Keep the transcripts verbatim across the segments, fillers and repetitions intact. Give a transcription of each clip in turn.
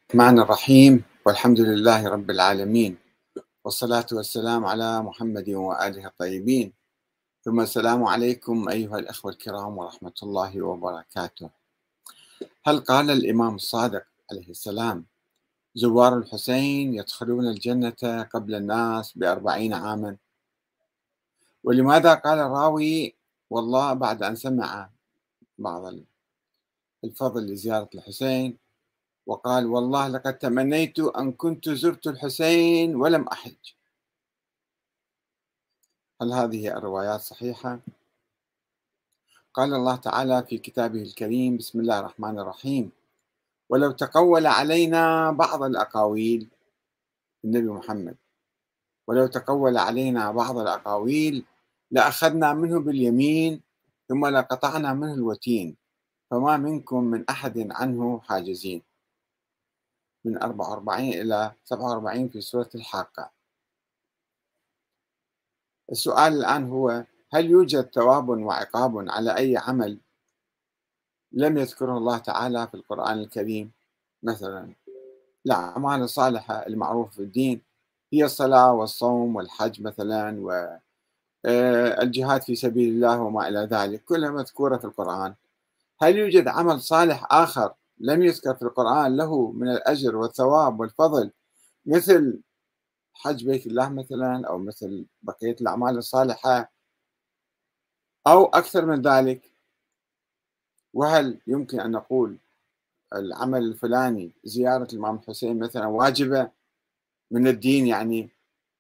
الرحمن الرحيم والحمد لله رب العالمين والصلاة والسلام على محمد وآله الطيبين ثم السلام عليكم أيها الأخوة الكرام ورحمة الله وبركاته. هل قال الإمام الصادق عليه السلام زوار الحسين يدخلون الجنة قبل الناس بأربعين عاما؟ ولماذا قال الراوي والله بعد أن سمع بعض الفضل لزيارة الحسين وقال والله لقد تمنيت أن كنت زرت الحسين ولم أحج؟ هل هذه الروايات صحيحة؟ قال الله تعالى في كتابه الكريم بسم الله الرحمن الرحيم ولو تقول علينا بعض الأقاويل النبي محمد ولو تقول علينا بعض الأقاويل لأخذنا منه باليمين ثم لقطعنا منه الوتين فما منكم من أحد عنه حاجزين، من أربعة وأربعين إلى سبعة وأربعين في سورة الحاقة. السؤال الآن هو هل يوجد ثواب وعقاب على أي عمل لم يذكره الله تعالى في القرآن الكريم؟ مثلا الأعمال الصالحة المعروفة في الدين هي الصلاة والصوم والحج مثلا والجهاد في سبيل الله وما إلى ذلك، كلها مذكورة في القرآن. هل يوجد عمل صالح آخر لم يذكر في القرآن له من الأجر والثواب والفضل مثل حج بيت الله مثلا أو مثل بقية الأعمال الصالحة أو أكثر من ذلك؟ وهل يمكن أن نقول العمل الفلاني زيارة الإمام الحسين مثلا واجبة من الدين؟ يعني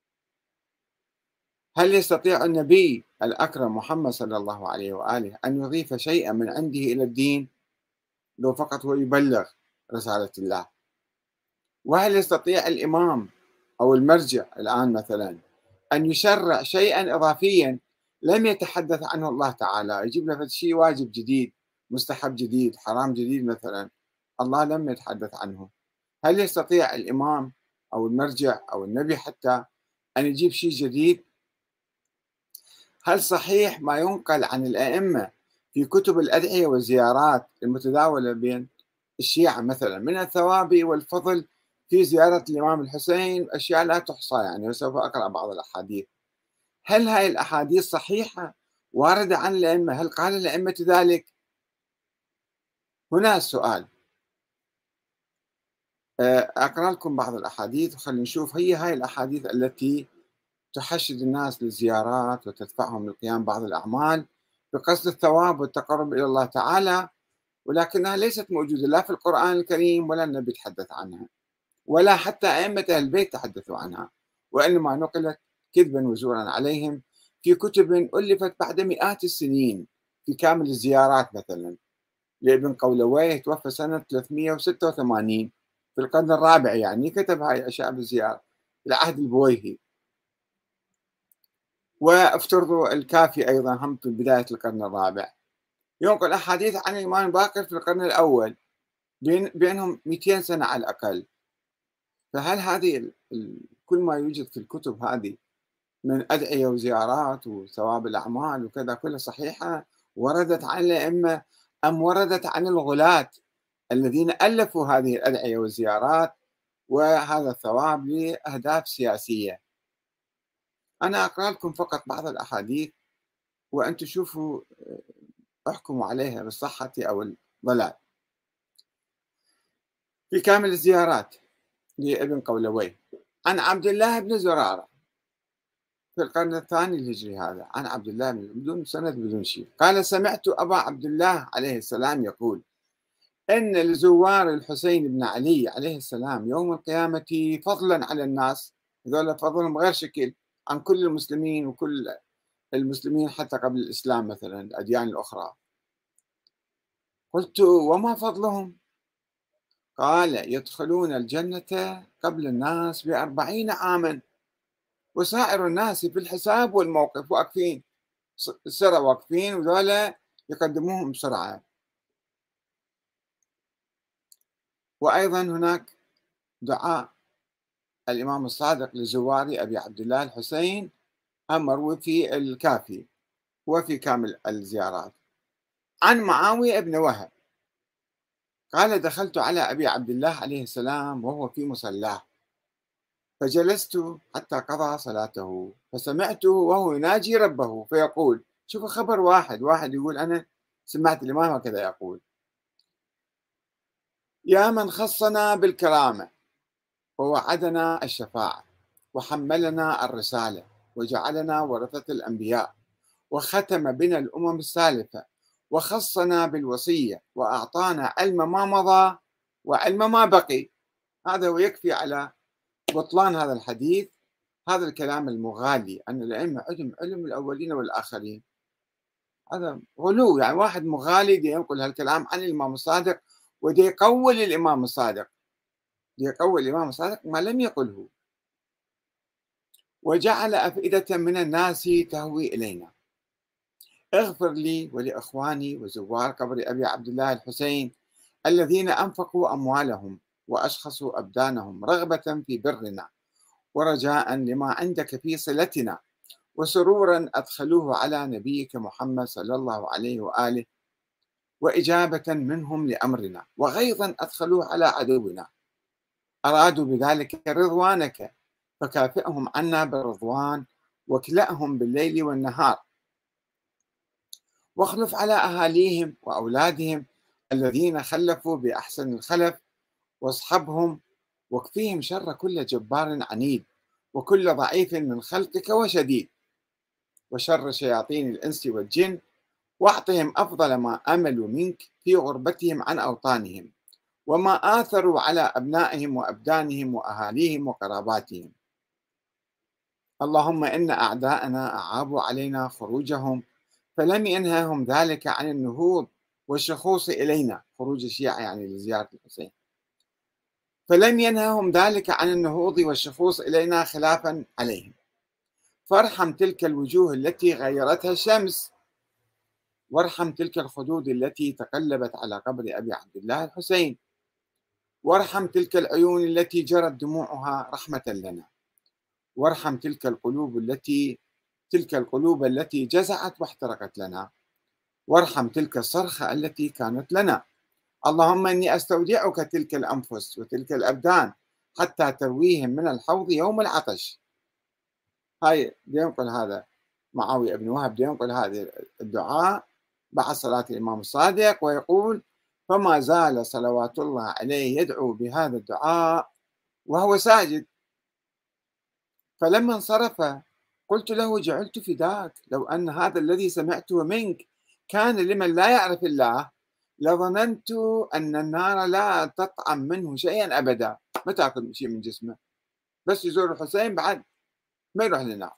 هل يستطيع النبي الأكرم محمد صلى الله عليه وآله أن يضيف شيئا من عنده إلى الدين لو فقط هو يبلغ رسالة الله؟ وهل يستطيع الإمام أو المرجع الآن مثلا أن يشرع شيئا إضافيا لم يتحدث عنه الله تعالى، يجيب له شيء واجب جديد مستحب جديد حرام جديد مثلا الله لم يتحدث عنه؟ هل يستطيع الإمام أو المرجع أو النبي حتى أن يجيب شيء جديد؟ هل صحيح ما ينقل عن الأئمة في كتب الأدعية والزيارات المتداولة بين الشيعة مثلا من الثواب والفضل في زيارة الإمام الحسين أشياء لا تحصى يعني، وسوف أقرأ بعض الأحاديث. هل هاي الأحاديث صحيحة واردة عن الأئمة؟ هل قال الأئمة ذلك؟ هنا السؤال. أقرأ لكم بعض الأحاديث وخلينا نشوف هي هاي الأحاديث التي تحشد الناس للزيارات وتدفعهم للقيام بعض الأعمال بقصد الثواب والتقرب إلى الله تعالى، ولكنها ليست موجودة لا في القرآن الكريم ولا النبي تحدث عنها ولا حتى أئمة أهل البيت تحدثوا عنها، وإنما نقلت كذبا وزورا عليهم في كتب ألفت بعد مئات السنين في كامل الزيارات مثلا لابن قولويه توفى سنة ثلاثمئة وستة وثمانين في القرن الرابع، يعني كتب هاي الأشياء بالزيارة في العهد البويهي. وافترضوا الكافي أيضا هم في بداية القرن الرابع، ينقل أحاديث عن الإمام باكر في القرن الأول بين بينهم مئتين سنة على الأقل. فهل هذه ال... ال... كل ما يوجد في الكتب هذه من أدعية وزيارات وثواب الأعمال وكذا كلها صحيحة وردت عن الأئمة أم وردت عن الغلاة الذين ألفوا هذه الأدعية والزيارات وهذا الثواب لأهداف سياسية؟ أنا أقرأ لكم فقط بعض الأحاديث وأنتم شوفوا احكموا عليها بالصحة أو الضلال. في كامل الزيارات لابن قولويه عن عبد الله بن زرارة في القرن الثاني الهجري، هذا عن عبد الله بدون سند بدون شيء، قال سمعت أبا عبد الله عليه السلام يقول إن لزوار الحسين بن علي عليه السلام يوم القيامة فضلا على الناس، هذول فضلهم غير شكل عن كل المسلمين وكل المسلمين حتى قبل الإسلام مثلا الأديان الأخرى. قلت وما فضلهم؟ قال يدخلون الجنة قبل الناس بأربعين عاما وسائر الناس في الحساب والموقف واقفين سرى واقفين وذولا يقدموهم بسرعة. وأيضا هناك دعاء الإمام الصادق لزوار أبي عبد الله الحسين هم مروي في الكافي وفي كامل الزيارات عن معاوية بن وهب قال: دخلت على أبي عبد الله عليه السلام وهو في مصلاه، فجلست حتى قضى صلاته، فسمعته وهو يناجي ربه فيقول، شوفوا خبر واحد واحد يقول أنا سمعت الإمام هكذا يقول: يا من خصنا بالكرامة ووعدنا الشفاعة وحملنا الرسالة وجعلنا ورثة الأنبياء وختم بنا الأمم السالفة وخصنا بالوصية وأعطانا علم ما مضى وعلم ما بقي. هذا ويكفي على بطلان هذا الحديث، هذا الكلام المغالي أن الأئمة عندهم علم الأولين والآخرين. هذا غلو، يعني واحد مغالي دي ينقل هالكلام عن الإمام الصادق ودي يقول الإمام الصادق، دي يقول الإمام الصادق ما لم يقله. وجعل أفئدة من الناس تهوي إلينا، اغفر لي ولإخواني وزوار قبر أبي عبد الله الحسين الذين أنفقوا أموالهم وأشخصوا أبدانهم رغبة في برنا ورجاء لما عندك في صلتنا وسرورا أدخلوه على نبيك محمد صلى الله عليه وآله وإجابة منهم لأمرنا وغيظا أدخلوه على عدونا أرادوا بذلك رضوانك فكافئهم عنا بالرضوان واكلأهم بالليل والنهار واخلف على أهاليهم وأولادهم الذين خلفوا بأحسن الخلف واصحبهم واكفيهم شر كل جبار عنيد وكل ضعيف من خلقك وشديد وشر شياطين الإنس والجن واعطهم أفضل ما أملوا منك في غربتهم عن أوطانهم وما آثروا على أبنائهم وأبدانهم وأهاليهم وقراباتهم. اللهم إن أعداءنا أعابوا علينا خروجهم فلم ينههم ذلك عن النهوض والشخوص إلينا، خروج الشيعة يعني لزيارة الحسين، فلم ينههم ذلك عن النهوض والشخوص إلينا خلافا عليهم، فارحم تلك الوجوه التي غيرتها الشمس وارحم تلك الخدود التي تقلبت على قبر أبي عبد الله الحسين وارحم تلك العيون التي جرت دموعها رحمة لنا وارحم تلك القلوب التي تلك القلوب التي جزعت واحترقت لنا وارحم تلك الصرخة التي كانت لنا. اللهم إني أستودعك تلك الأنفس وتلك الأبدان حتى ترويهم من الحوض يوم العطش. هاي ينقل هذا معاوية بن وهب ينقل هذا الدعاء بعد صلاة الإمام الصادق ويقول: فما زال صلوات الله عليه يدعو بهذا الدعاء وهو ساجد، فلما انصرف قلت له: جعلت فداك لو أن هذا الذي سمعته منك كان لمن لا يعرف الله لظننت أن النار لا تطعم منه شيئا أبدا، ما تأكل شيء من جسمه، بس يزور الحسين بعد ما يروح للنار.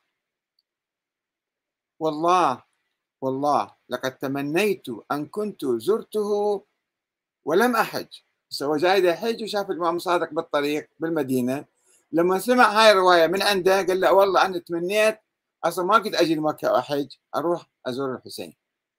والله والله لقد تمنيت أن كنت زرته ولم أحج. سوى جاي يحج وشاف الإمام صادق بالطريق بالمدينة، لما سمع هاي الرواية من عنده قال له: والله أنا تمنيت أصلا ما كنت أجي لمكة وأحج، أروح أزور الحسين.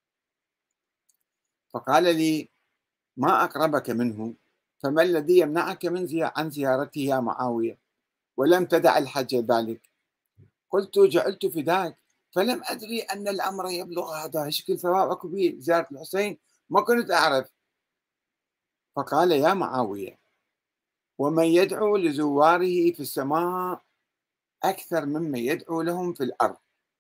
فقال لي: ما أقربك منه، فما الذي يمنعك من زي... عن زيارته يا معاوية ولم تدع الحج ذلك؟ قلت: جعلت فداك فلم أدري أن الأمر يبلغ هذا شكل ثواب أكو به زيارة الحسين، ما كنت أعرف. فقال: يا معاوية، ومن يدعو لزواره في السماء أكثر ممن يدعو لهم في الأرض،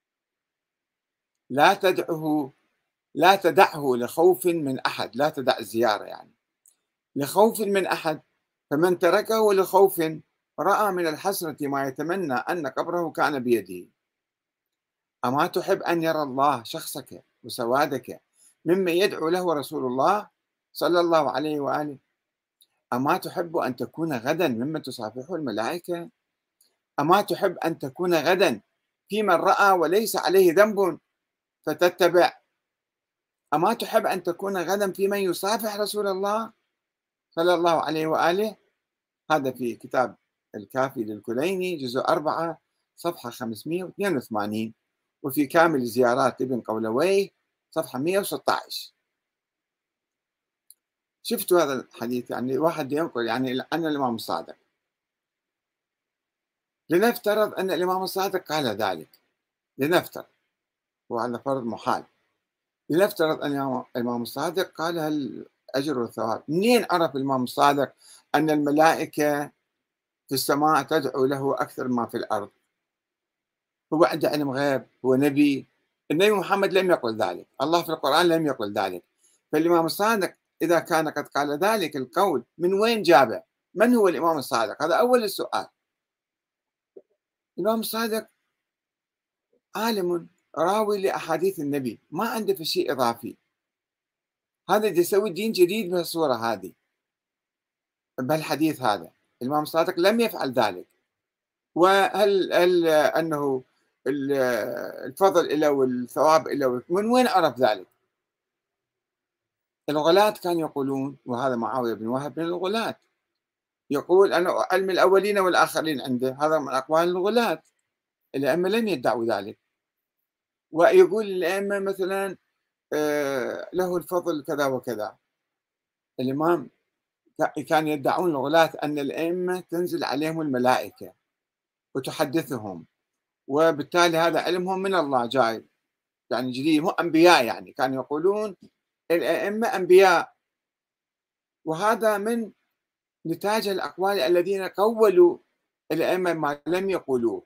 لا تدعه لا تدعه لخوف من أحد، لا تدع الزيارة يعني لخوف من أحد، فمن تركه لخوف رأى من الحسرة ما يتمنى أن قبره كان بيده. أما تحب أن يرى الله شخصك وسوادك ممن يدعو له رسول الله صلى الله عليه وآله؟ أما تحب أن تكون غدا ممن تصافحه الملائكة؟ أما تحب أن تكون غدا في من رأى وليس عليه ذنب فتتبع؟ أما تحب أن تكون غدا في من يصافح رسول الله صلى الله عليه وآله؟ هذا في كتاب الكافي للكليني جزء أربعة صفحة خمسمئة واثنين وثمانين، وفي كامل زيارات ابن قولويه صفحة مئة وستة عشر. شفتوا هذا الحديث؟ يعني واحد ينقل يعني عن الإمام الصادق. لنفترض أن الإمام الصادق قال ذلك، لنفترض، وعلى فرض محال، لنفترض أن الإمام الصادق قال الأجر والثواب. منين عرف الإمام الصادق أن الملائكة في السماء تدعو له أكثر ما في الأرض؟ هو عنده علم غيب، هو نبي. النبي محمد لم يقل ذلك، الله في القرآن لم يقل ذلك. فالإمام الصادق إذا كان قد قال ذلك القول من وين جابه؟ من هو الإمام الصادق؟ هذا أول السؤال. الإمام الصادق عالم راوي لأحاديث النبي، ما عنده في شيء إضافي. هذا دي يسوي دين جديد بهالصورة هذه، بهالحديث هذا. الإمام الصادق لم يفعل ذلك. وهل هل أنه الفضل له والثواب له، من وين عرف ذلك؟ الغلاة كانوا يقولون، وهذا معاوية بن وهب من الغلاة، يقول أنا علم الأولين والآخرين عنده، هذا من أقوال الغلاة. الأئمة لم يدعوا ذلك. ويقول الأئمة مثلا له الفضل كذا وكذا. الإمام كان يدعون الغلاة أن الأئمة تنزل عليهم الملائكة وتحدثهم، وبالتالي هذا علمهم من الله جاي، يعني جديد، هم أنبياء. يعني كانوا يقولون الأئمة أنبياء، وهذا من نتاج الأقوال الذين قولوا الأئمة ما لم يقولوه.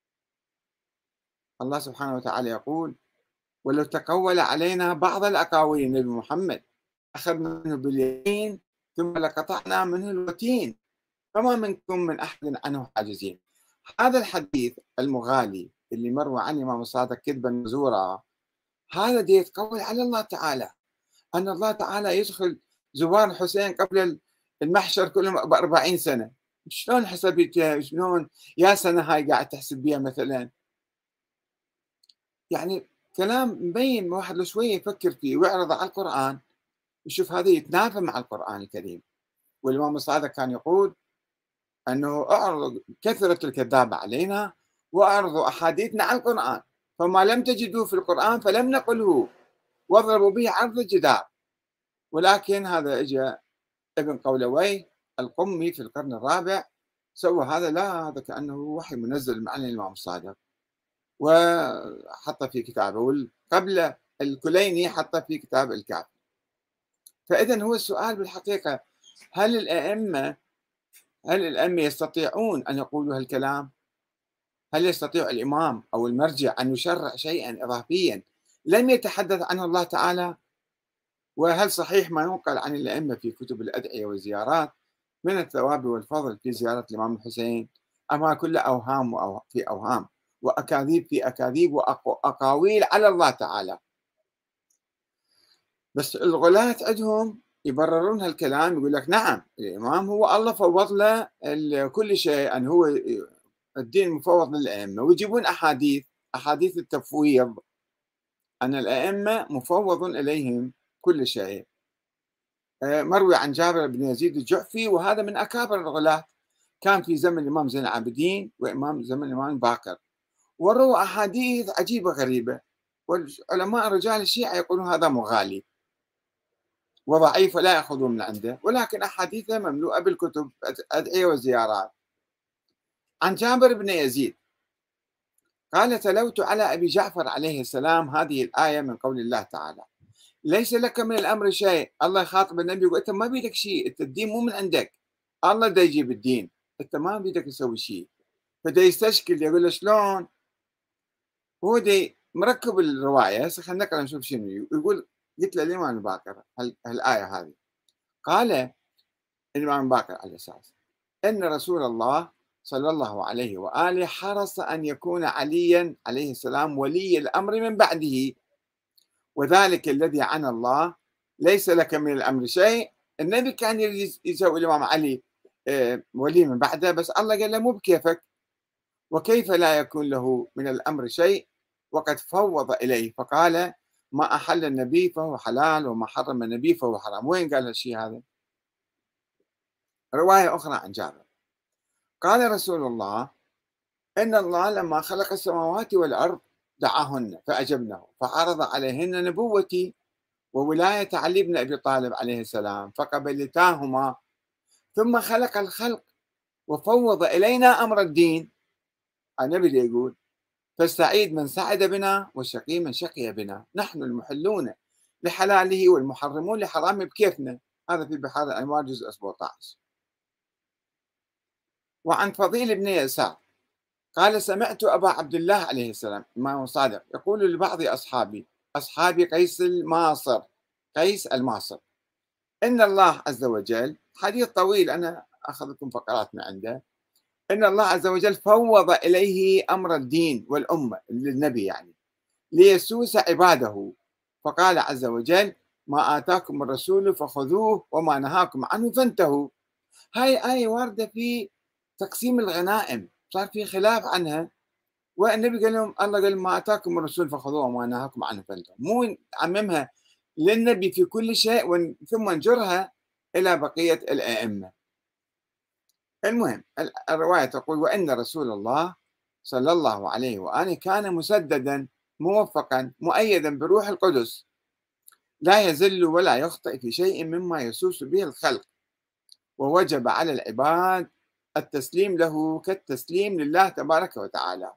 الله سبحانه وتعالى يقول ولو تقول علينا بعض الأقاويل النبي محمد أخذ منه باليمين ثم لقطعنا منه الوتين فما منكم من أحد عنه حاجزين. هذا الحديث المغالي اللي مروى عن الإمام الصادق كذبا مزورا، هذا دي يتقول على الله تعالى، أن الله تعالى يدخل زوار الحسين قبل المحشر كلهم بأربعين سنة. شلون حسبتها؟ شلون يا سنة هاي قاعد تحسب بها مثلا؟ يعني كلام مبين، واحد لو شوية يفكر فيه ويعرض على القرآن يشوف هذا يتنافى مع القرآن الكريم. والإمام الصادق كان يقول أنه أعرض كثرة الكذاب علينا وأعرضوا أحاديثنا على القرآن، فما لم تجدوه في القرآن فلم نقله واضربوا به عرض الجدار. ولكن هذا اجى ابن قولويه القمي في القرن الرابع سوى هذا، لا هذا كأنه وحي منزل عن الإمام الصادق وحطه في كتابه، وقبل الكليني حطه في كتاب الكافي. فإذا هو السؤال بالحقيقة، هل الأئمة هل الأئمة يستطيعون أن يقولوا هالكلام؟ هل يستطيع الإمام أو المرجع أن يشرع شيئا إضافيا لم يتحدث عنه الله تعالى؟ وهل صحيح ما ينقل عن الأئمة في كتب الأدعية والزيارات من الثواب والفضل في زيارة الإمام الحسين، أما كله أوهام في أوهام وأكاذيب في أكاذيب وأقاويل على الله تعالى؟ بس الغلاة عندهم يبررون هالكلام، يقول لك نعم الإمام هو الله فوض له كل شيء، أن هو الدين مفوض للأئمة، ويجيبون أحاديث أحاديث التفويض أن الأئمة مفوض إليهم كل شيء، مروي عن جابر بن يزيد الجعفي، وهذا من أكابر الغلاة، كان في زمن الإمام زين العابدين وإمام زمن الإمام باكر، وروى أحاديث عجيبة غريبة، والعلماء رجال الشيعة يقولون هذا مغالي وضعيف ولا يأخذون من عنده، ولكن أحاديثه مملوءة بالكتب أدعية وزيارات. عن جابر بن يزيد قال تلوت على أبي جعفر عليه السلام هذه الآية من قول الله تعالى ليس لك من الأمر شيء. الله يخاطب النبي يقول أنت ما بيدك شيء، أنت الدين مو من عندك، الله دا يجيب الدين، أنت ما بيدك تسوي شيء. فدا يستشكل يقول له شلون؟ هو دي مركب الرواية. هسه خلينا نقرأ نشوف شنو يقول. قلت له الإمام الباقر هالآية هذه، قال الإمام الباقر على أساس أن رسول الله صلى الله عليه وآله حرص أن يكون عليا عليه السلام ولي الأمر من بعده، وذلك الذي عن الله ليس لك من الأمر شيء. النبي كان يسوي الإمام علي ولي من بعده، بس الله قال له مو بكيفك، وكيف لا يكون له من الأمر شيء وقد فوض إليه، فقال ما أحل النبي فهو حلال وما حرم النبي فهو حرام. وين قال هالشيء هذا؟ رواية أخرى عن جابر قال رسول الله إن الله لما خلق السماوات والأرض دعاهن فأجبنه فعرض عليهن نبوتي وولاية علي بن أبي طالب عليه السلام فقبلتاهما، ثم خلق الخلق وفوض إلينا أمر الدين. النبي يقول فالسعيد من سعد بنا والشقي من شقي بنا، نحن المحلون لحلاله والمحرمون لحرامه بكيفنا. هذا في بحار الأنوار جزء سبعة عشر. وعن فضيل بن يسار قال سمعت أبا عبد الله عليه السلام إمام صادق يقول لبعض أصحابي أصحاب قيس الماصر، قيس الماصر، إن الله عز وجل، حديث طويل أنا أخذ لكم فقرات من عنده، إن الله عز وجل فوض إليه أمر الدين والأمة للنبي يعني ليسوس عباده، فقال عز وجل ما آتاكم الرسول فخذوه وما نهاكم عنه فانتهوا. هاي آية واردة في تقسيم الغنائم، صار في خلاف عنها، والنبي قال لهم الله قال ما آتاكم الرسول فخذوه وما نهاكم عنه فانتهوا، مو عممها للنبي في كل شيء ثم انجرها إلى بقية الأئمة. المهم الرواية تقول وإن رسول الله صلى الله عليه وآله كان مسددا موفقا مؤيدا بروح القدس لا يزل ولا يخطئ في شيء مما يسوس به الخلق، ووجب على العباد التسليم له كالتسليم لله تبارك وتعالى.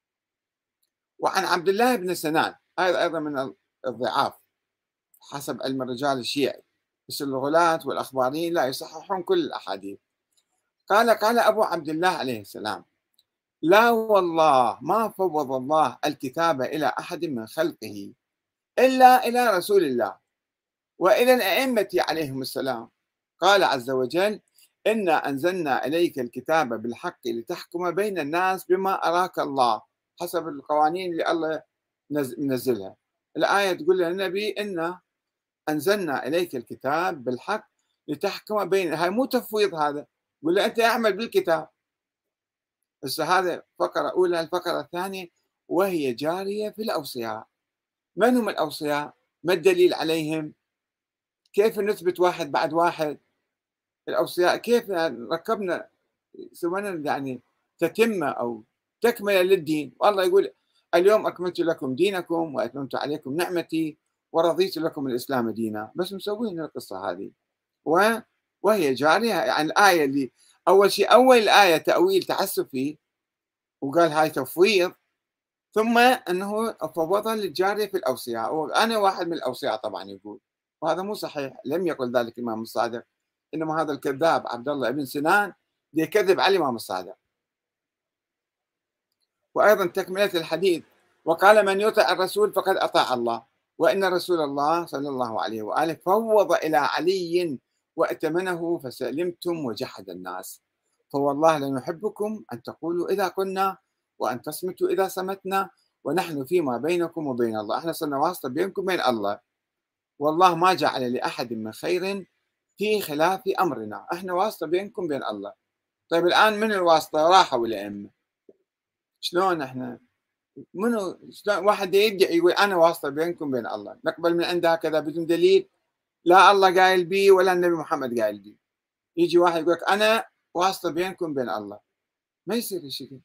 وعن عبد الله بن سنان، هذا أيضا من الضعاف حسب علم الرجال الشيعي، بس الغلاة والأخباريين لا يصححون كل الأحاديث. قال قال أبو عبد الله عليه السلام لا والله ما فوض الله الكتاب إلى أحد من خلقه إلا إلى رسول الله وإلى الأئمة عليهم السلام. قال عز وجل إنا أنزلنا إليك الكتاب بالحق لتحكم بين الناس بما أراك الله، حسب القوانين اللي الله منزلها. الآية تقول للنبي إنا أنزلنا إليك الكتاب بالحق لتحكم بين، هاي مو تفويض، هذا يقول له أنت أعمل بالكتاب. بس هذا فقرة أولى. الفقرة الثانية وهي جارية في الأوصياء. من هم الأوصياء؟ ما الدليل عليهم؟ كيف نثبت واحد بعد واحد؟ الأوصياء كيف ركبنا سوينا يعني تتمة أو تكملة للدين، والله يقول اليوم أكملت لكم دينكم وأتممت عليكم نعمتي ورضيت لكم الإسلام دينا، بس مسوين القصة هذه وهي جارية. يعني الآية اللي أول شيء أول الآية تأويل تعسفي وقال هاي تفويض، ثم أنه فوضها للجارية في الأوصياء، وأنا واحد من الأوصياء طبعا يقول، وهذا مو صحيح، لم يقل ذلك الإمام الصادق، إنما هذا الكذاب عبد الله بن سنان يكذب على الإمام الصادق. وأيضا تكملة الحديث وقال من يطع الرسول فقد أطاع الله، وإن رسول الله صلى الله عليه وآله فوض إلى علي وأتمنه فسلمتم وجحد الناس، فوالله لنحبكم أن تقولوا إذا قلنا وأن تصمتوا إذا صمتنا ونحن فيما بينكم وبين الله، احنا صرنا واسطة بينكم وبين الله، والله ما جعل لأحد من خير في خلاف أمرنا، احنا واسطة بينكم وبين الله. طيب الآن من الواسطة؟ راحوا الأئمة. شلون احنا منو شلون واحد يدعي يقول أنا واسطة بينكم وبين الله نقبل من عنده هكذا بدون دليل؟ لا الله قايل بي ولا النبي محمد قايل بي. يجي واحد يقول لك أنا واسطة بينكم وبين الله، ما يصير الشيء.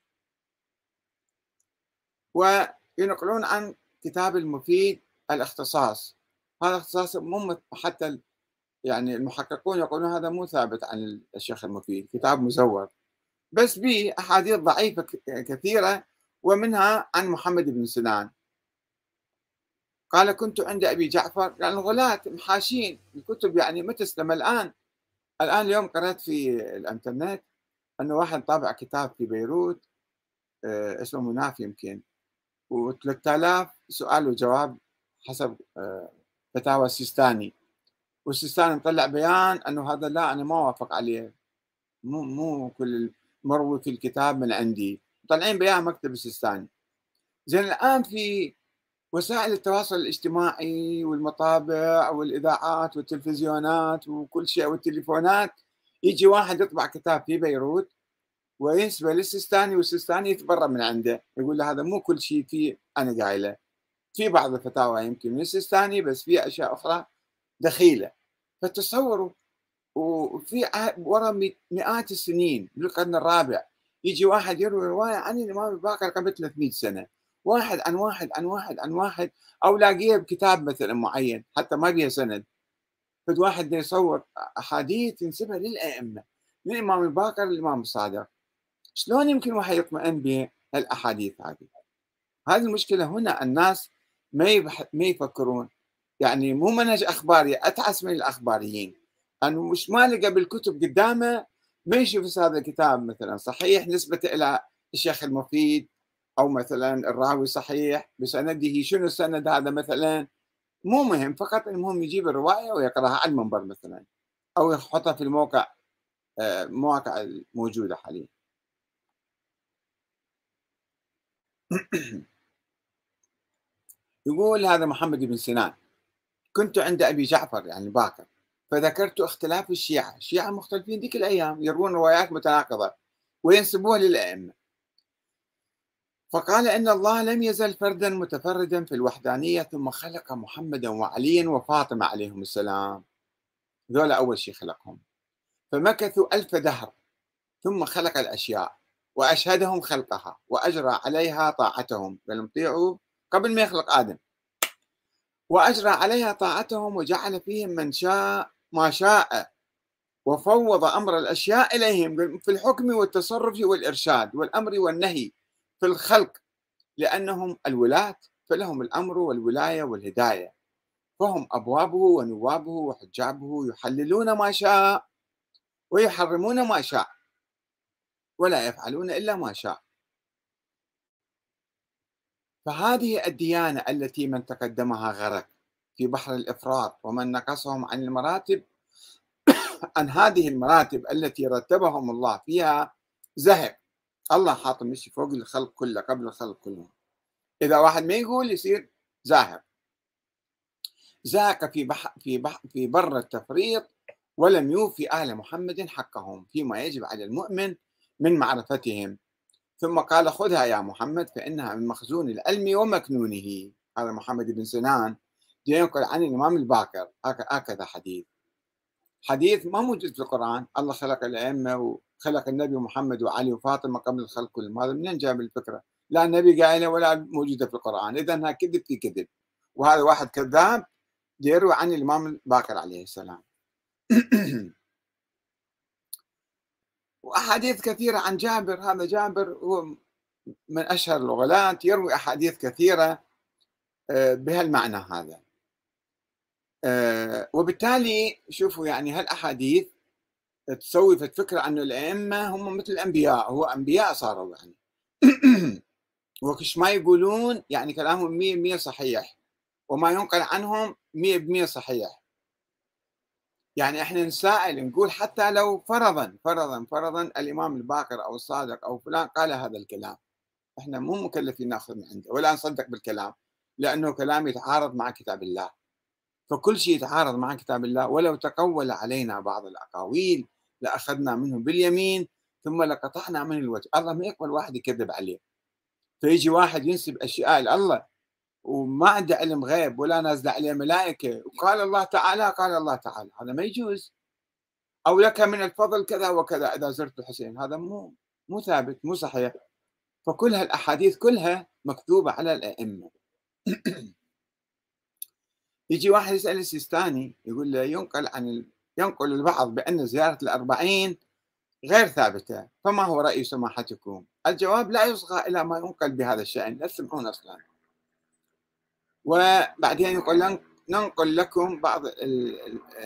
وينقلون عن كتاب المفيد الاختصاص، هذا اختصاص مو حتى يعني المحققون يقولون هذا مو ثابت عن الشيخ المفيد، كتاب مزور بس به أحاديث ضعيفة كثيرة، ومنها عن محمد بن سنان قال كنت عند أبي جعفر، يعني الغلاة محاشين الكتب يعني ما تسلم. الآن الآن اليوم قرأت في الإنترنت أنه واحد طابع كتاب في بيروت آه اسمه مناف يمكن، و3000 سؤال وجواب حسب آه فتاوى السيستاني، والسيستاني مطلع بيان أنه هذا لا أنا ما أوافق عليه، مو مو كل مروي في الكتاب من عندي، طالعين بيان مكتب السيستاني. زين الآن في وسائل التواصل الاجتماعي والمطابع والإذاعات والتلفزيونات وكل شيء والتليفونات، يجي واحد يطبع كتاب في بيروت وينسبه للسيستاني والسيستاني يتبرأ من عنده، يقول له هذا مو كل شيء فيه أنا قايله، في بعض الفتاوى يمكن من السيستاني بس في أشياء أخرى دخيلة. فتصوروا وفي وراء مئات السنين بالقرن الرابع يجي واحد يروي رواية عن الإمام الباقر قبل ثلاثمئة سنة، واحد عن واحد عن واحد عن واحد، أو لاقيها بكتاب مثلا معين حتى ما بيها سند، فد واحد يصور أحاديث ينسبها للأئمة، للإمام الباقر للإمام الصادق. شلون يمكن واحد يطمئن بهالأحاديث هذه؟ هذه المشكلة هنا، الناس ما يبح... ما يفكرون، يعني مو منهج أخباري أتعس من الأخباريين، أنه مش ما لقى بالكتب قدامه، ما يشوف هسه هذا الكتاب مثلا صحيح نسبة إلى الشيخ المفيد، أو مثلا الراوي صحيح بسنده، شنو السند هذا مثلا، مو مهم، فقط المهم يجيب الرواية ويقرأها على المنبر مثلا، أو يحطها في الموقع، آه، مواقع الموجودة حاليا. يقول هذا محمد بن سنان: كنت عند أبي جعفر يعني باكر، فذكرت اختلاف الشيعة، الشيعة مختلفين ذيك الأيام يروون روايات متناقضة وينسبوها للأئمة، فقال إن الله لم يزل فردا متفردا في الوحدانية، ثم خلق محمدا وعليا وفاطمة عليهم السلام، ذولا أول شيء خلقهم، فمكثوا ألف دهر، ثم خلق الأشياء وأشهدهم خلقها وأجرى عليها طاعتهم، قال طيعوا قبل ما يخلق آدم، وأجرى عليها طاعتهم وجعل فيهم من شاء ما شاء، وفوض أمر الأشياء إليهم في الحكم والتصرف والإرشاد والأمر والنهي في الخلق، لأنهم الولاة فلهم الأمر والولاية والهداية، فهم أبوابه ونوابه وحجابه، يحللون ما شاء ويحرمون ما شاء ولا يفعلون إلا ما شاء. فهذه الديانة التي من تقدمها غرق في بحر الإفراط، ومن نقصهم عن المراتب عن هذه المراتب التي رتبهم الله فيها زهق. الله حاط مشي فوق الخلق كله قبل الخلق كلهم، إذا واحد ما يقول يصير زاهق. زهق في بح في بح في بر التفريط، ولم يوفي آل محمد حقهم فيما يجب على المؤمن من معرفتهم، ثم قال: خذها يا محمد فإنها من مخزون العلم ومكنونه. هذا محمد بن سنان ينقل عن الإمام الباقر هكذا حديث، حديث ما موجود في القرآن. الله خلق الأئمة وخلق النبي محمد وعلي وفاطمة قبل الخلق كلهم، هذا منين جاب الفكرة؟ لا النبي قايله ولا موجودة في القرآن، إذا هذا كذب في كذب، وهذا واحد كذاب يروي عن الإمام الباقر عليه السلام. وأحاديث كثيرة عن جابر، هذا جابر هو من أشهر الغلاة، يروي أحاديث كثيرة بهالمعنى هذا. وبالتالي شوفوا يعني هالأحاديث تسوي فكرة أن الأئمة هم مثل الأنبياء، هو أنبياء صاروا يعني وكش ما يقولون يعني كلامهم مية بالمية صحيح، وما ينقل عنهم مية بالمية صحيح. يعني احنا نسائل نقول حتى لو فرضا فرضا فرضا الإمام الباقر أو الصادق أو فلان قال هذا الكلام، احنا مو مكلفين ناخذ من عنده ولا نصدق بالكلام، لأنه كلام يتعارض مع كتاب الله. فكل شيء يتعارض مع كتاب الله، ولو تقول علينا بعض الأقاويل لأخذنا منه باليمين ثم لقطعنا منه الوجه. الله ما يقبل واحد يكذب عليه، فيجي واحد ينسب أشياء لله وما عنده علم غيب ولا نازل عليه ملائكة وقال الله تعالى قال الله تعالى، هذا ما يجوز. أو لك من الفضل كذا وكذا إذا زرت الحسين، هذا مو مو ثابت، مو صحيح. فكل هالأحاديث كلها مكتوبة على الأئمة. يجي واحد يسأل السيستاني يقول له ينقل عن ال... ينقل البعض بأن زيارة الأربعين غير ثابتة، فما هو رأي سماحتكم؟ الجواب: لا يصغى إلى ما ينقل بهذا الشأن، لا تسمعون أصلا. وبعدين يقول ننقل لكم بعض ال...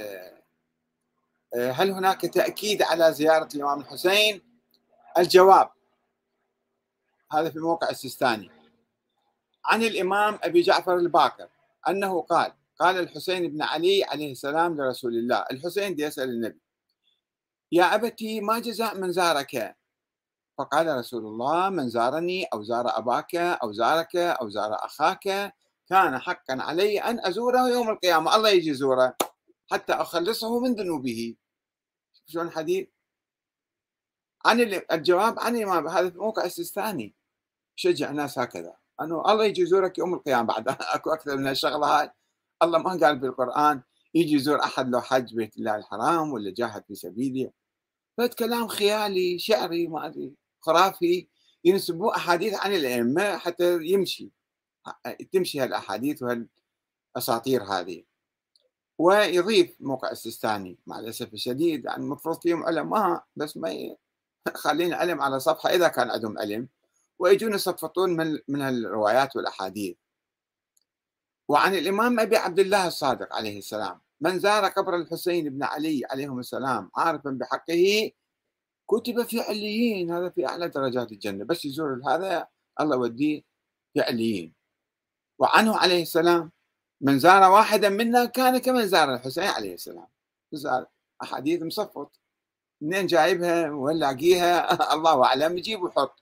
هل هناك تأكيد على زيارة الإمام الحسين؟ الجواب: هذا في موقع السيستاني عن الإمام أبي جعفر الباقر أنه قال: قال الحسين بن علي عليه السلام لرسول الله، الحسين يسأل النبي: يا أبتي ما جزاء من زارك؟ فقال رسول الله: من زارني أو زار أباك أو زارك أو زار أخاك كان حقا علي أن أزوره يوم القيامة. الله يجي يزوره حتى أخلصه من ذنوبه. شلون حديث؟ عن الجواب عن الإمام، هذا في موقع السيستاني شجع الناس هكذا أنه الله يجي يزورك يوم القيامة. بعد أكو أكثر من الشغلة هاي؟ الله ما قال بالقرآن يجي يزور أحد لو حج بيت الله الحرام ولا جاهد في سبيله. فهذا كلام خيالي شعري ما أدري خرافي ينسبوه أحاديث عن الأئمة حتى يمشي تمشي هالأحاديث وهالأساطير هذه. ويضيف موقع السيستاني مع الأسف الشديد يعني المفروض فيهم علماء بس ما خلينا علم على صفحة إذا كان عندهم علم، ويجون يصفطون من من الروايات والأحاديث. وعن الإمام أبي عبد الله الصادق عليه السلام من زار قبر الحسين بن علي عليهم السلام عارفا بحقه كتب في عليين، هذا في أعلى درجات الجنة، بس يزور هذا الله يوديه في عليين. وعنه عليه السلام من زار واحدا منا كان كمن زار الحسين عليه السلام. زار أحاديث مصفط، منين جايبها وين لاقيها الله أعلم، يجيب ويحط.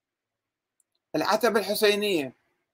العتبة الحسينية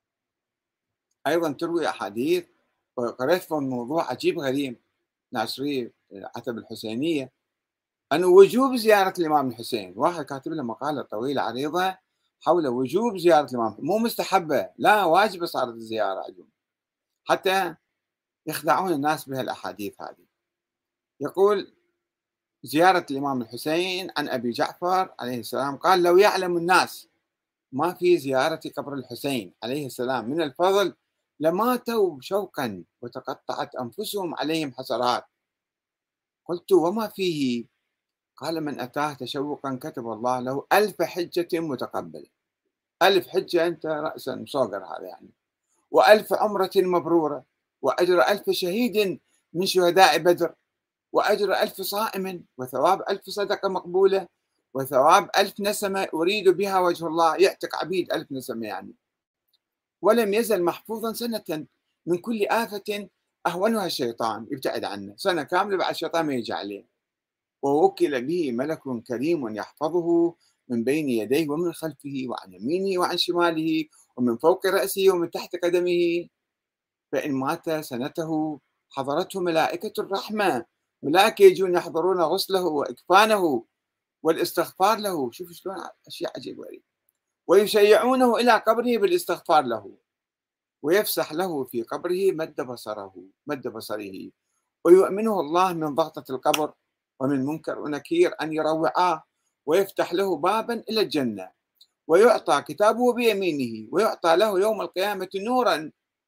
أيضا تروي أحاديث، وقرأت في موضوع عجيب غريب ناشري العتبة الحسينية أنه وجوب زيارة الإمام الحسين، واحد كاتب له مقالة طويلة عريضة حول وجوب زيارة الإمام، مو مستحبة، لا واجبة صارت الزيارة عندهم، حتى يخدعون الناس بهالأحاديث هذه. يقول زيارة الإمام الحسين عن أبي جعفر عليه السلام قال لو يعلم الناس ما في زيارة قبر الحسين عليه السلام من الفضل لماتوا شوقا وتقطعت أنفسهم عليهم حسرات. قلت وما فيه؟ قال من أتاه تشوقا كتب الله له ألف حجة متقبلة. ألف حجة أنت رأسا مصغر هذا يعني، وألف عمرة مبرورة، وأجر ألف شهيد من شهداء بدر، وأجر ألف صائم، وثواب ألف صدقة مقبولة، وثواب ألف نسمة أريد بها وجه الله، يعتق عبيد ألف نسمة يعني. ولم يزل محفوظا سنة من كل آفة أهونها الشيطان، يبتعد عنه سنة كاملة بعد الشيطان ما يجي عليه. ووكل به ملك كريم يحفظه من بين يديه ومن خلفه وعن يمينه وعن شماله ومن فوق رأسه ومن تحت قدمه، فإن مات سنته حضرته ملائكة الرحمة، ملائكة يجون يحضرون غسله وإكفانه والاستغفار له، شوف شلون أشياء عجيبة، ويشيعونه إلى قبره بالاستغفار له، ويفسح له في قبره مد بصره مد بصره ويؤمنه الله من ضغطة القبر ومن منكر ونكير أن يروعاه، ويفتح له بابا إلى الجنة، ويعطى كتابه بيمينه، ويعطى له يوم القيامة نورا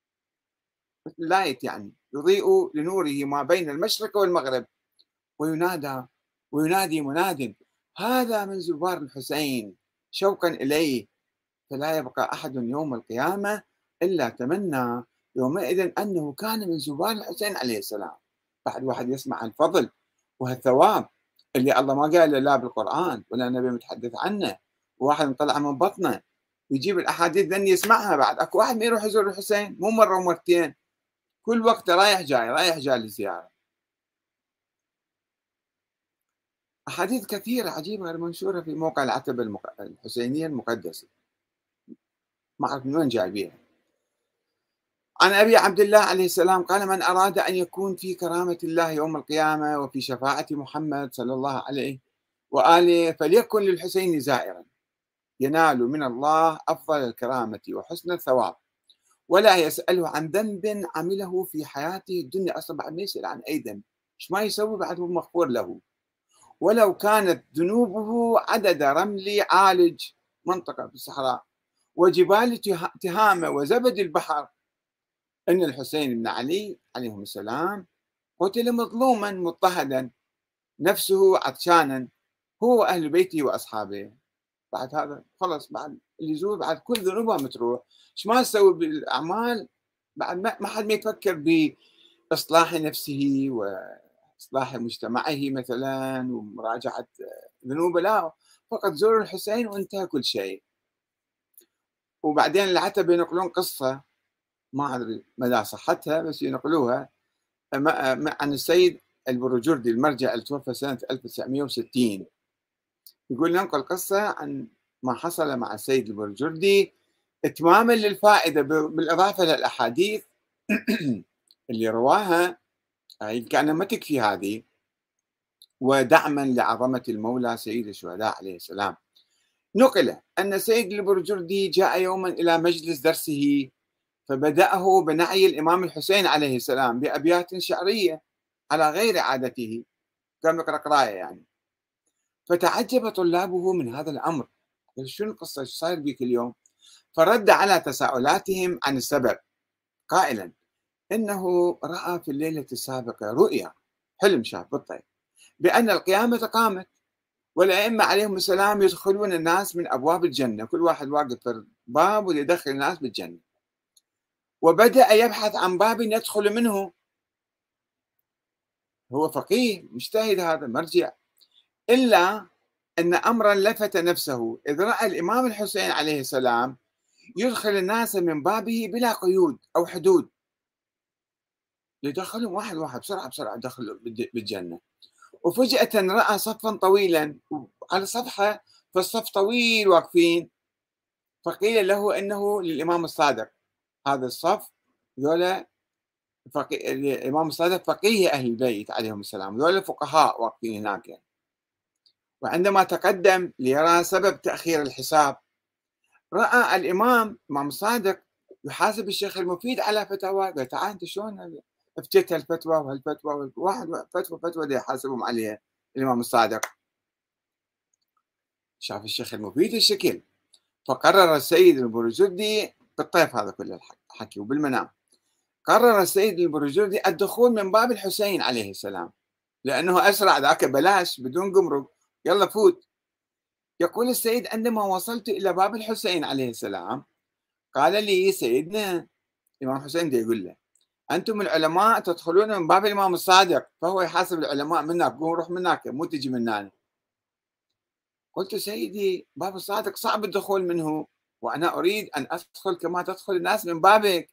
مثل لايت يعني يضيء لنوره ما بين المشرق والمغرب، وينادى وينادي مناد هذا من زوار الحسين شوقا إليه، فلا يبقى أحد يوم القيامة إلا تمنى يومئذ أنه كان من زوار الحسين عليه السلام. بعد واحد يسمع الفضل وهالثواب اللي الله ما قال لا بالقرآن ولا النبي متحدث عنه، وواحد مطلع من بطنه يجيب الأحاديث ذني يسمعها. بعد أكو واحد ما يروح يزور الحسين مو مرة ومرتين، كل وقت رايح جاي رايح جاي للزيارة. أحاديث كثيرة عجيبة منشورة في موقع العتبة الحسينية المقدسة، ما أعرف من وين جايبيها. عن أبي عبد الله عليه السلام قال من أراد أن يكون في كرامة الله يوم القيامة وفي شفاعة محمد صلى الله عليه وآله فليكن للحسين زائرا ينال من الله أفضل الكرامة وحسن الثواب، ولا يسأله عن ذنب عمله في حياته الدنيا، أصلا بعد ما يسأل عن أي ذنب إيش ما يسوي بعد هو مغفور له، ولو كانت ذنوبه عدد رمل عالج منطقة في الصحراء وجبال تهامة وزبد البحر. أن الحسين بن علي عليهم السلام قتل مظلوما مضطهدا نفسه عطشانا هو وأهل بيته وأصحابه. بعد هذا خلص، بعد اللي يزور بعد كل ذنوبه متروح، ايش ما تسوي بالأعمال بعد ما حد ما يفكر بإصلاح نفسه وإصلاح مجتمعه مثلا ومراجعة ذنوبه، لا فقط زور الحسين وانتهى كل شيء. وبعدين العتبة ينقلون قصة ما أدري مدى صحتها بس ينقلوها عن السيد البروجردي المرجع اللي توفى سنة ألف وتسعمئة وستين، يقول ننقل قصة عن ما حصل مع السيد البروجردي إتماما للفائدة بالإضافة للأحاديث اللي رواها كأنها ما تكفي هذه، ودعما لعظمة المولى سيد الشهداء عليه السلام. نقل أن سيد البروجردي جاء يوما إلى مجلس درسه فبدأه بنعي الإمام الحسين عليه السلام بأبيات شعرية على غير عادته، كان يقرأ قراءة يعني، فتعجب طلابه من هذا الأمر، شنو القصة ايش صاير بك اليوم؟ فرد على تساؤلاتهم عن السبب قائلا إنه رأى في الليلة السابقة رؤيا، حلم شاف بالطيب، بأن القيامة قامت والأئمة عليهم السلام يدخلون الناس من أبواب الجنة، كل واحد واقف في باب ويدخل الناس بالجنة، وبدأ يبحث عن باب يدخل منه هو فقيه مجتهد، هذا مرجع. إلا أن أمرا لفت نفسه إذ رأى الإمام الحسين عليه السلام يدخل الناس من بابه بلا قيود أو حدود، يدخلهم واحد واحد بسرعة بسرعة دخلوا بالجنة. وفجأة رأى صفا طويلا على صفحة، فالصف طويل واقفين، فقيل له إنه للإمام الصادق. هذا الصف ذولا فقي... الإمام الصادق فقيه أهل البيت عليهم السلام، ذولا فقهاء واقفين هناك. وعندما تقدم ليرى سبب تأخير الحساب، رأى الإمام الإمام الصادق يحاسب الشيخ المفيد على فتاوى، قال تعال أنت شلون افتيت هالفتوى وهالفتوى، واحد فتوى فتوى دي يحاسبهم عليها الإمام الصادق. شاف الشيخ المفيد الشكل، فقرر السيد البروجردي بالطيف هذا كل الحكي وبالمنام، قرر السيد البروجردي الدخول من باب الحسين عليه السلام، لأنه أسرع ذاك بلاش بدون جمرك، يلا فوت. يقول السيد عندما وصلت إلى باب الحسين عليه السلام قال لي سيدنا الإمام حسين دي يقول له أنتم العلماء تدخلون من باب الإمام الصادق، فهو يحاسب العلماء منك، قوم روح منك مو تجي مننا. قلت سيدي باب الصادق صعب الدخول منه، وأنا أريد أن أدخل كما تدخل الناس من بابك.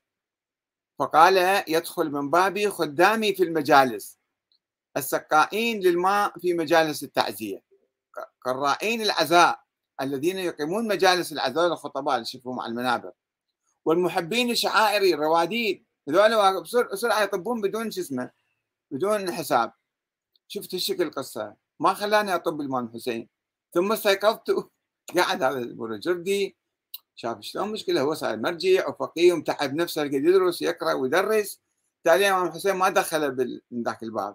فقال يدخل من بابي خدامي في المجالس، السقائين للماء في مجالس التعزية، قرائين العزاء الذين يقيمون مجالس العزاء للخطباء اللي يشوفهم على المنابر، والمحبين الشعائري الرواديد، هذول بسرعة يطبون بدون شو اسمه، بدون حساب. شفت الشكل القصة، ما خلاني أطب الإمام الحسين. ثم استيقظت قاعد هذا البروجردي شاف شلون مشكلة، هو صار مرجع وفقيه ومتعب نفسه قاعد يدرس يقرأ ويدرس، تالي الإمام الحسين ما دخله من ذاك الباب.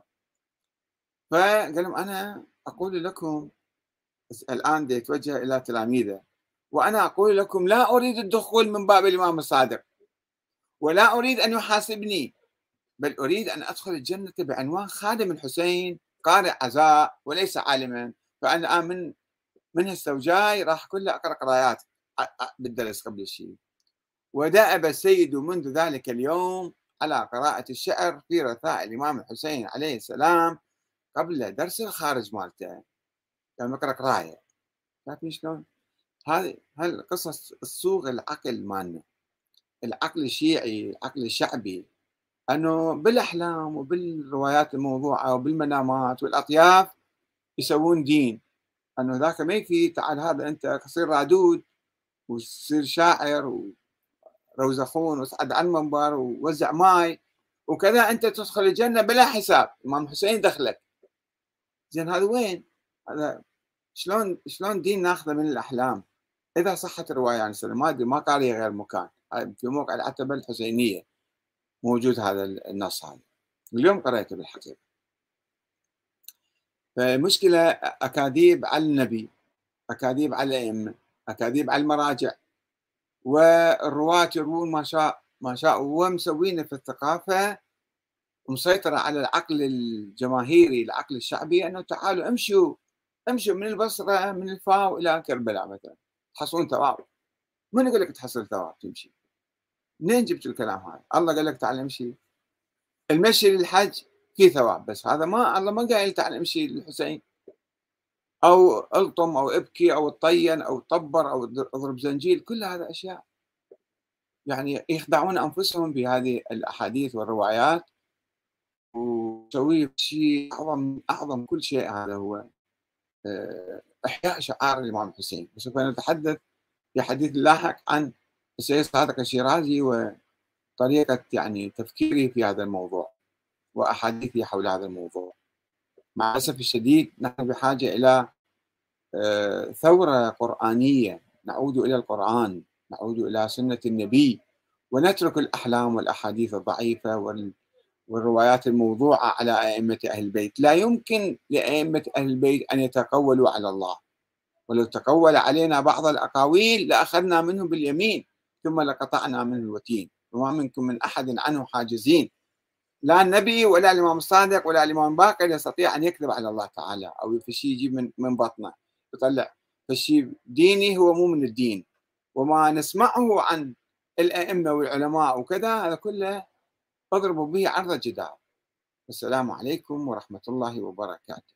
فقال لهم أنا أقول لكم الآن يتوجه إلى تلاميذه، وأنا أقول لكم لا أريد الدخول من باب الإمام الصادق، ولا أريد أن يحاسبني، بل أريد أن أدخل الجنة بعنوان خادم الحسين قارئ عزاء وليس عالما. فأنا الآن من من هالسوجاي راح كله أقرأ قرايات بالدرس قبل الشيء. ودأب السيد منذ ذلك اليوم على قراءة الشعر في رثاء الإمام الحسين عليه السلام قبل درس الخارج مالته، يعني يقرأ قراية. شايفين شلون؟ هذه هالقصص الصوغ العقل مالنا، العقل الشيعي، العقل الشعبي، أنه بالأحلام وبالروايات الموضوعة وبالمنامات والأطياف يسوون دين، أنه ذاك ما يكفي، تعال هذا أنت تصير رادود وتصير شاعر وروزخون وصعد على المنبر ووزع ماي وكذا أنت تدخل الجنة بلا حساب، الإمام حسين دخلك. زين هذا وين؟ هذا شلون شلون دين ناخذه من الأحلام؟ إذا صحت الرواية عن السلام ما أدري، ما قاري غير مكان في موقع العتبة الحسينية موجود هذا النص، هذا اليوم قرأته بالحقيقة. فمشكلة أكاذيب على النبي، أكاذيب على الأئمة، أكاذيب على المراجع، والرواة يروون ما شاء ما شاء، ومسوينه في الثقافة ومسيطرة على العقل الجماهيري، العقل الشعبي، أنه تعالوا امشوا امشوا من البصرة من الفاو إلى كربلاء مثلا تحصلون ثواب. من يقول لك تحصل ثواب تمشي؟ منين جبت الكلام هذا؟ الله قال لك تعال امشي. المشي للحج فيه ثواب، بس هذا ما الله ما قال تعال امشي للحسين، او الطم او ابكي او تطين او طبر او اضرب زنجيل، كل هذا اشياء يعني يخدعون انفسهم بهذه الاحاديث والروايات ويسوي شيء اعظم اعظم كل شيء. هذا هو احياء شعار الامام الحسين. وسوف نتحدث في حديث لاحق عن السيد صادق الشيرازي وطريقه يعني تفكيره في هذا الموضوع واحاديثه حول هذا الموضوع. مع الاسف الشديد نحن بحاجه الى ثورة قرآنية، نعود إلى القرآن، نعود إلى سنة النبي، ونترك الأحلام والأحاديث الضعيفة والروايات الموضوعة على أئمة أهل البيت. لا يمكن لأئمة أهل البيت أن يتقولوا على الله، ولو تقول علينا بعض الأقاويل لأخذنا منه باليمين ثم لقطعنا منه الوتين، وما منكم من أحد عنه حاجزين. لا النبي ولا الإمام الصادق ولا الإمام باقر يستطيع أن يكذب على الله تعالى أو في شيء يجيب من من بطنه يطلع فالشيء ديني هو مو من الدين. وما نسمعه عن الأئمة والعلماء وكذا هذا كله اضربوا به عرض الجدار. والسلام عليكم ورحمة الله وبركاته.